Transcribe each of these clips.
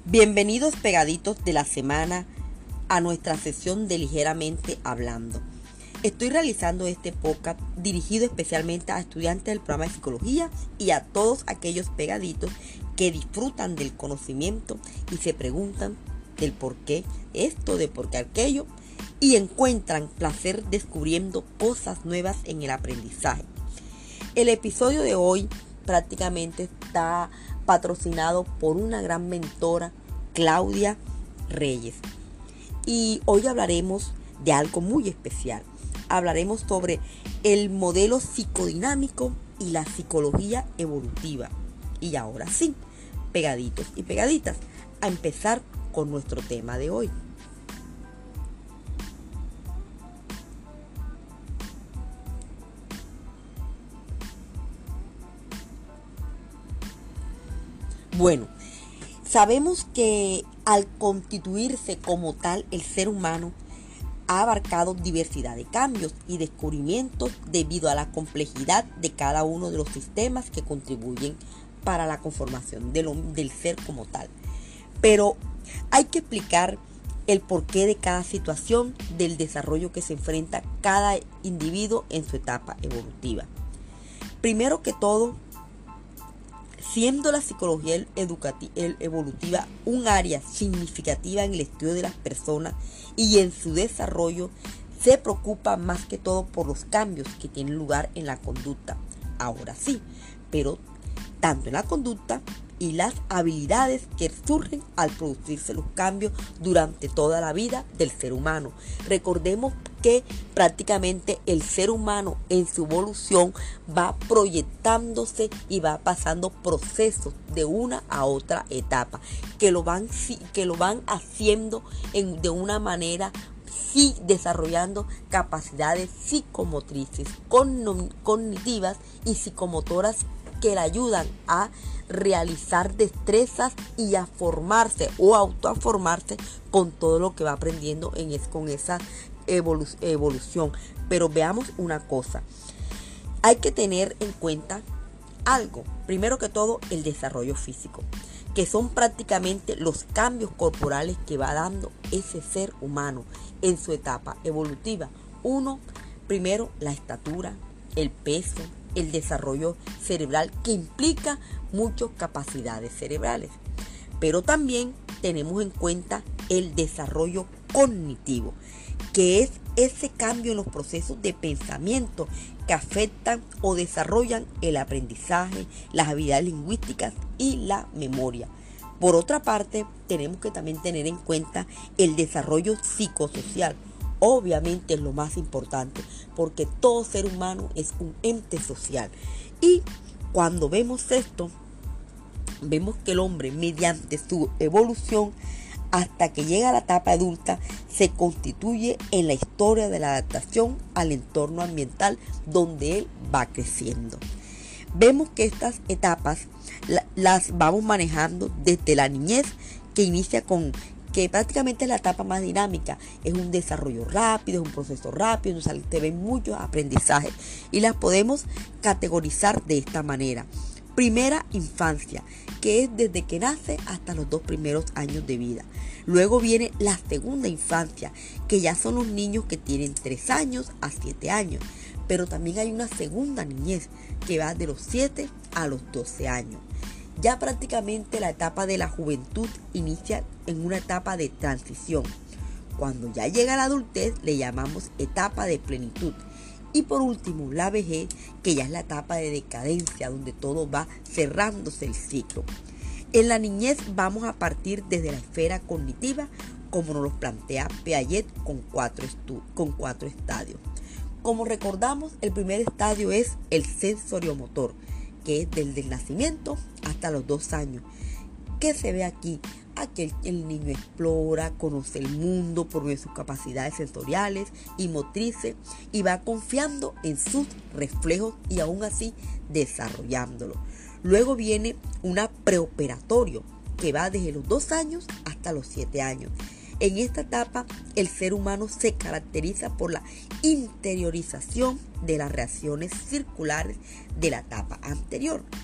Bienvenidos pegaditos de la semana a nuestra sesión de Ligeramente Hablando. Estoy realizando este podcast dirigido especialmente a estudiantes del programa de psicología y a todos aquellos pegaditos que disfrutan del conocimiento y se preguntan del por qué esto, de por qué aquello y encuentran placer descubriendo cosas nuevas en el aprendizaje. El episodio de hoy prácticamente está patrocinado por una gran mentora, Claudia Reyes. Y hoy hablaremos de algo muy especial. Hablaremos sobre el modelo psicodinámico y la psicología evolutiva. Y ahora sí, pegaditos y pegaditas, a empezar con nuestro tema de hoy. Bueno, sabemos que al constituirse como tal el ser humano ha abarcado diversidad de cambios y descubrimientos debido a la complejidad de cada uno de los sistemas que contribuyen para la conformación del ser como tal. Pero hay que explicar el porqué de cada situación del desarrollo que se enfrenta cada individuo en su etapa evolutiva. Primero que todo, siendo la psicología evolutiva un área significativa en el estudio de las personas y en su desarrollo, se preocupa más que todo por los cambios que tienen lugar en la conducta. Ahora sí, pero tanto en la conducta y las habilidades que surgen al producirse los cambios durante toda la vida del ser humano. Recordemos que prácticamente el ser humano en su evolución va proyectándose y va pasando procesos de una a otra etapa que lo van haciendo de una manera desarrollando capacidades psicomotrices, cognitivas y psicomotoras que le ayudan a realizar destrezas y a formarse o autoformarse con todo lo que va aprendiendo con esa evolución. Pero veamos una cosa, hay que tener en cuenta algo, primero que todo el desarrollo físico, que son prácticamente los cambios corporales que va dando ese ser humano en su etapa evolutiva. Primero la estatura, el peso, el desarrollo cerebral, que implica muchas capacidades cerebrales. Pero también tenemos en cuenta el desarrollo cognitivo, que es ese cambio en los procesos de pensamiento que afectan o desarrollan el aprendizaje, las habilidades lingüísticas y la memoria. Por otra parte, tenemos que también tener en cuenta el desarrollo psicosocial. Obviamente es lo más importante, porque todo ser humano es un ente social. Y cuando vemos esto, vemos que el hombre, mediante su evolución, hasta que llega a la etapa adulta, se constituye en la historia de la adaptación al entorno ambiental donde él va creciendo. Vemos que estas etapas las vamos manejando desde la niñez, que inicia que prácticamente es la etapa más dinámica, es un desarrollo rápido, es un proceso rápido, entonces te ven muchos aprendizajes y las podemos categorizar de esta manera. Primera infancia, que es desde que nace hasta los 2 primeros años de vida. Luego viene la segunda infancia, que ya son los niños que tienen 3 años a 7 años. Pero también hay una segunda niñez que va de los 7 a los 12 años. Ya prácticamente la etapa de la juventud inicia en una etapa de transición. Cuando ya llega la adultez le llamamos etapa de plenitud. Y por último la vejez, que ya es la etapa de decadencia, donde todo va cerrándose el ciclo. En la niñez vamos a partir desde la esfera cognitiva, como nos lo plantea Piaget con cuatro estadios. Como recordamos, el primer estadio es el sensoriomotor, que es desde el nacimiento hasta los 2 años. ¿Qué se ve aquí? Aquí el niño explora, conoce el mundo por medio de sus capacidades sensoriales y motrices y va confiando en sus reflejos y aún así desarrollándolo. Luego viene una preoperatorio, que va desde los 2 años hasta los 7 años. En esta etapa, el ser humano se caracteriza por la interiorización de las reacciones circulares de la etapa anterior.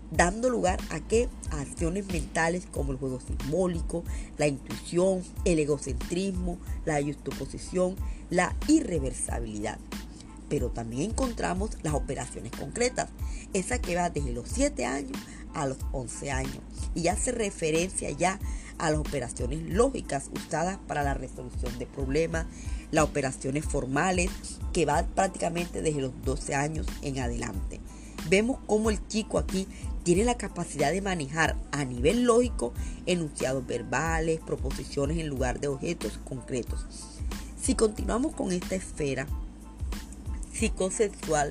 dando lugar a qué? A acciones mentales como el juego simbólico, la intuición, el egocentrismo, la juxtaposición, la irreversibilidad. Pero también encontramos las operaciones concretas, esa que va desde los 7 años a los 11 años y hace referencia ya a las operaciones lógicas usadas para la resolución de problemas, las operaciones formales que van prácticamente desde los 12 años en adelante. Vemos cómo el chico aquí tiene la capacidad de manejar a nivel lógico enunciados verbales, proposiciones en lugar de objetos concretos. Si continuamos con esta esfera psicosexual,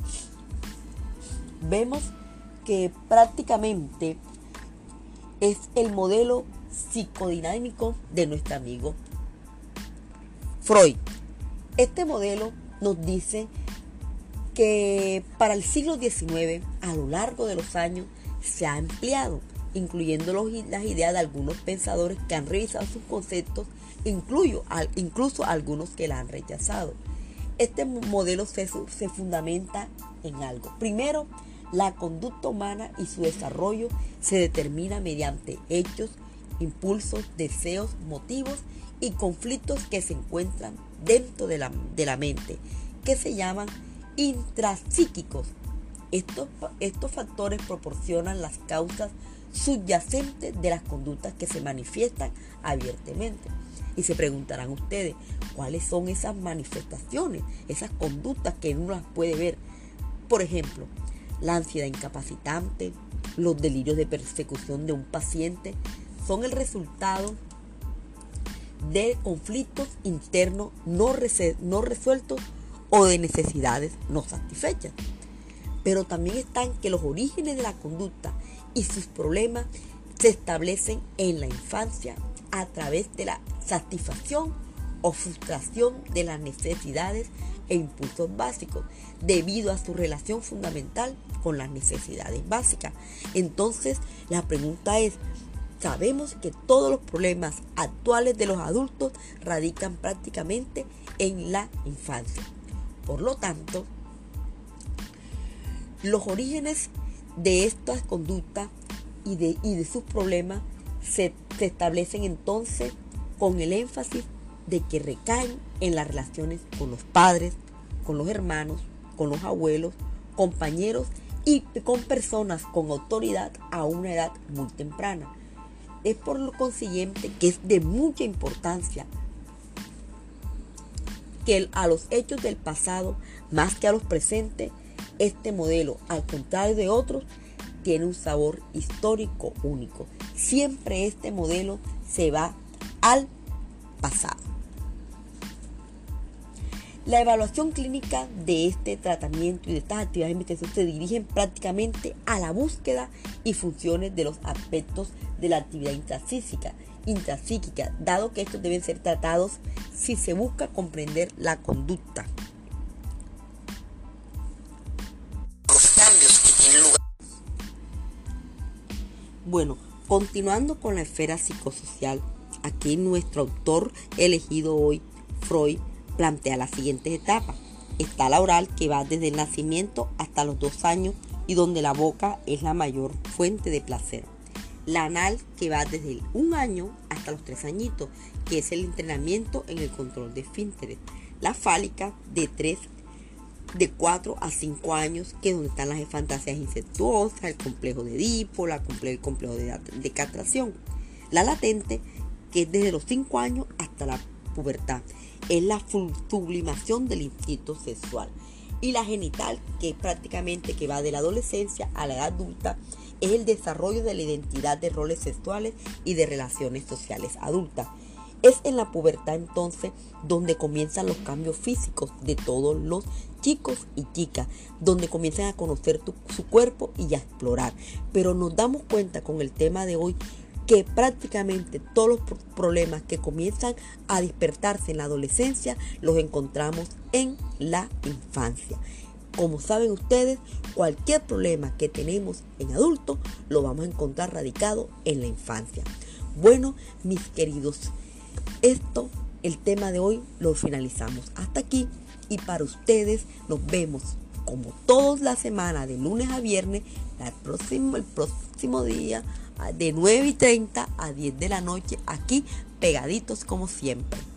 vemos que prácticamente es el modelo psicodinámico de nuestro amigo Freud. Este modelo nos dice que para el siglo XIX, a lo largo de los años, se ha ampliado, incluyendo las ideas de algunos pensadores que han revisado sus conceptos, incluso algunos que la han rechazado. Este modelo se fundamenta en algo. Primero, la conducta humana y su desarrollo se determina mediante hechos, impulsos, deseos, motivos y conflictos que se encuentran dentro de la mente, que se llaman intrapsíquicos. Estos factores proporcionan las causas subyacentes de las conductas que se manifiestan abiertamente. Y se preguntarán ustedes, ¿cuáles son esas manifestaciones, esas conductas que uno las puede ver? Por ejemplo, la ansiedad incapacitante, los delirios de persecución de un paciente, son el resultado de conflictos internos no resueltos o de necesidades no satisfechas. Pero también están que los orígenes de la conducta y sus problemas se establecen en la infancia a través de la satisfacción o frustración de las necesidades e impulsos básicos debido a su relación fundamental con las necesidades básicas. Entonces, la pregunta es, sabemos que todos los problemas actuales de los adultos radican prácticamente en la infancia. Por lo tanto, los orígenes de estas conductas y de sus problemas se establecen entonces con el énfasis de que recaen en las relaciones con los padres, con los hermanos, con los abuelos, compañeros y con personas con autoridad a una edad muy temprana. Es por lo consiguiente que es de mucha importancia que a los hechos del pasado, más que a los presentes, este modelo, al contrario de otros, tiene un sabor histórico único. Siempre este modelo se va al pasado. La evaluación clínica de este tratamiento y de estas actividades de investigación se dirigen prácticamente a la búsqueda y funciones de los aspectos de la actividad intrapsíquica, dado que estos deben ser tratados si se busca comprender la conducta. Los cambios que tienen lugar. Bueno, continuando con la esfera psicosocial, aquí nuestro autor elegido hoy, Freud, plantea las siguientes etapas. Está la oral, que va desde el nacimiento hasta los 2 años y donde la boca es la mayor fuente de placer. La anal, que va desde el 1 año hasta los 3 añitos, que es el entrenamiento en el control de esfínteres. La fálica, de 4 a 5 años, que es donde están las fantasías incestuosas, el complejo de Edipo, el complejo de castración. La latente, que es desde los 5 años hasta la pubertad, es la sublimación del instinto sexual. Y la genital, que prácticamente que va de la adolescencia a la edad adulta, es el desarrollo de la identidad de roles sexuales y de relaciones sociales adultas. Es en la pubertad entonces donde comienzan los cambios físicos de todos los chicos y chicas, donde comienzan a conocer su cuerpo y a explorar. Pero nos damos cuenta con el tema de hoy que prácticamente todos los problemas que comienzan a despertarse en la adolescencia los encontramos en la infancia. Como saben ustedes, cualquier problema que tenemos en adultos lo vamos a encontrar radicado en la infancia. Bueno, mis queridos, el tema de hoy lo finalizamos hasta aquí y para ustedes nos vemos como todos la semana, de lunes a viernes, el próximo día, de 9:30 a 10 de la noche, aquí pegaditos como siempre.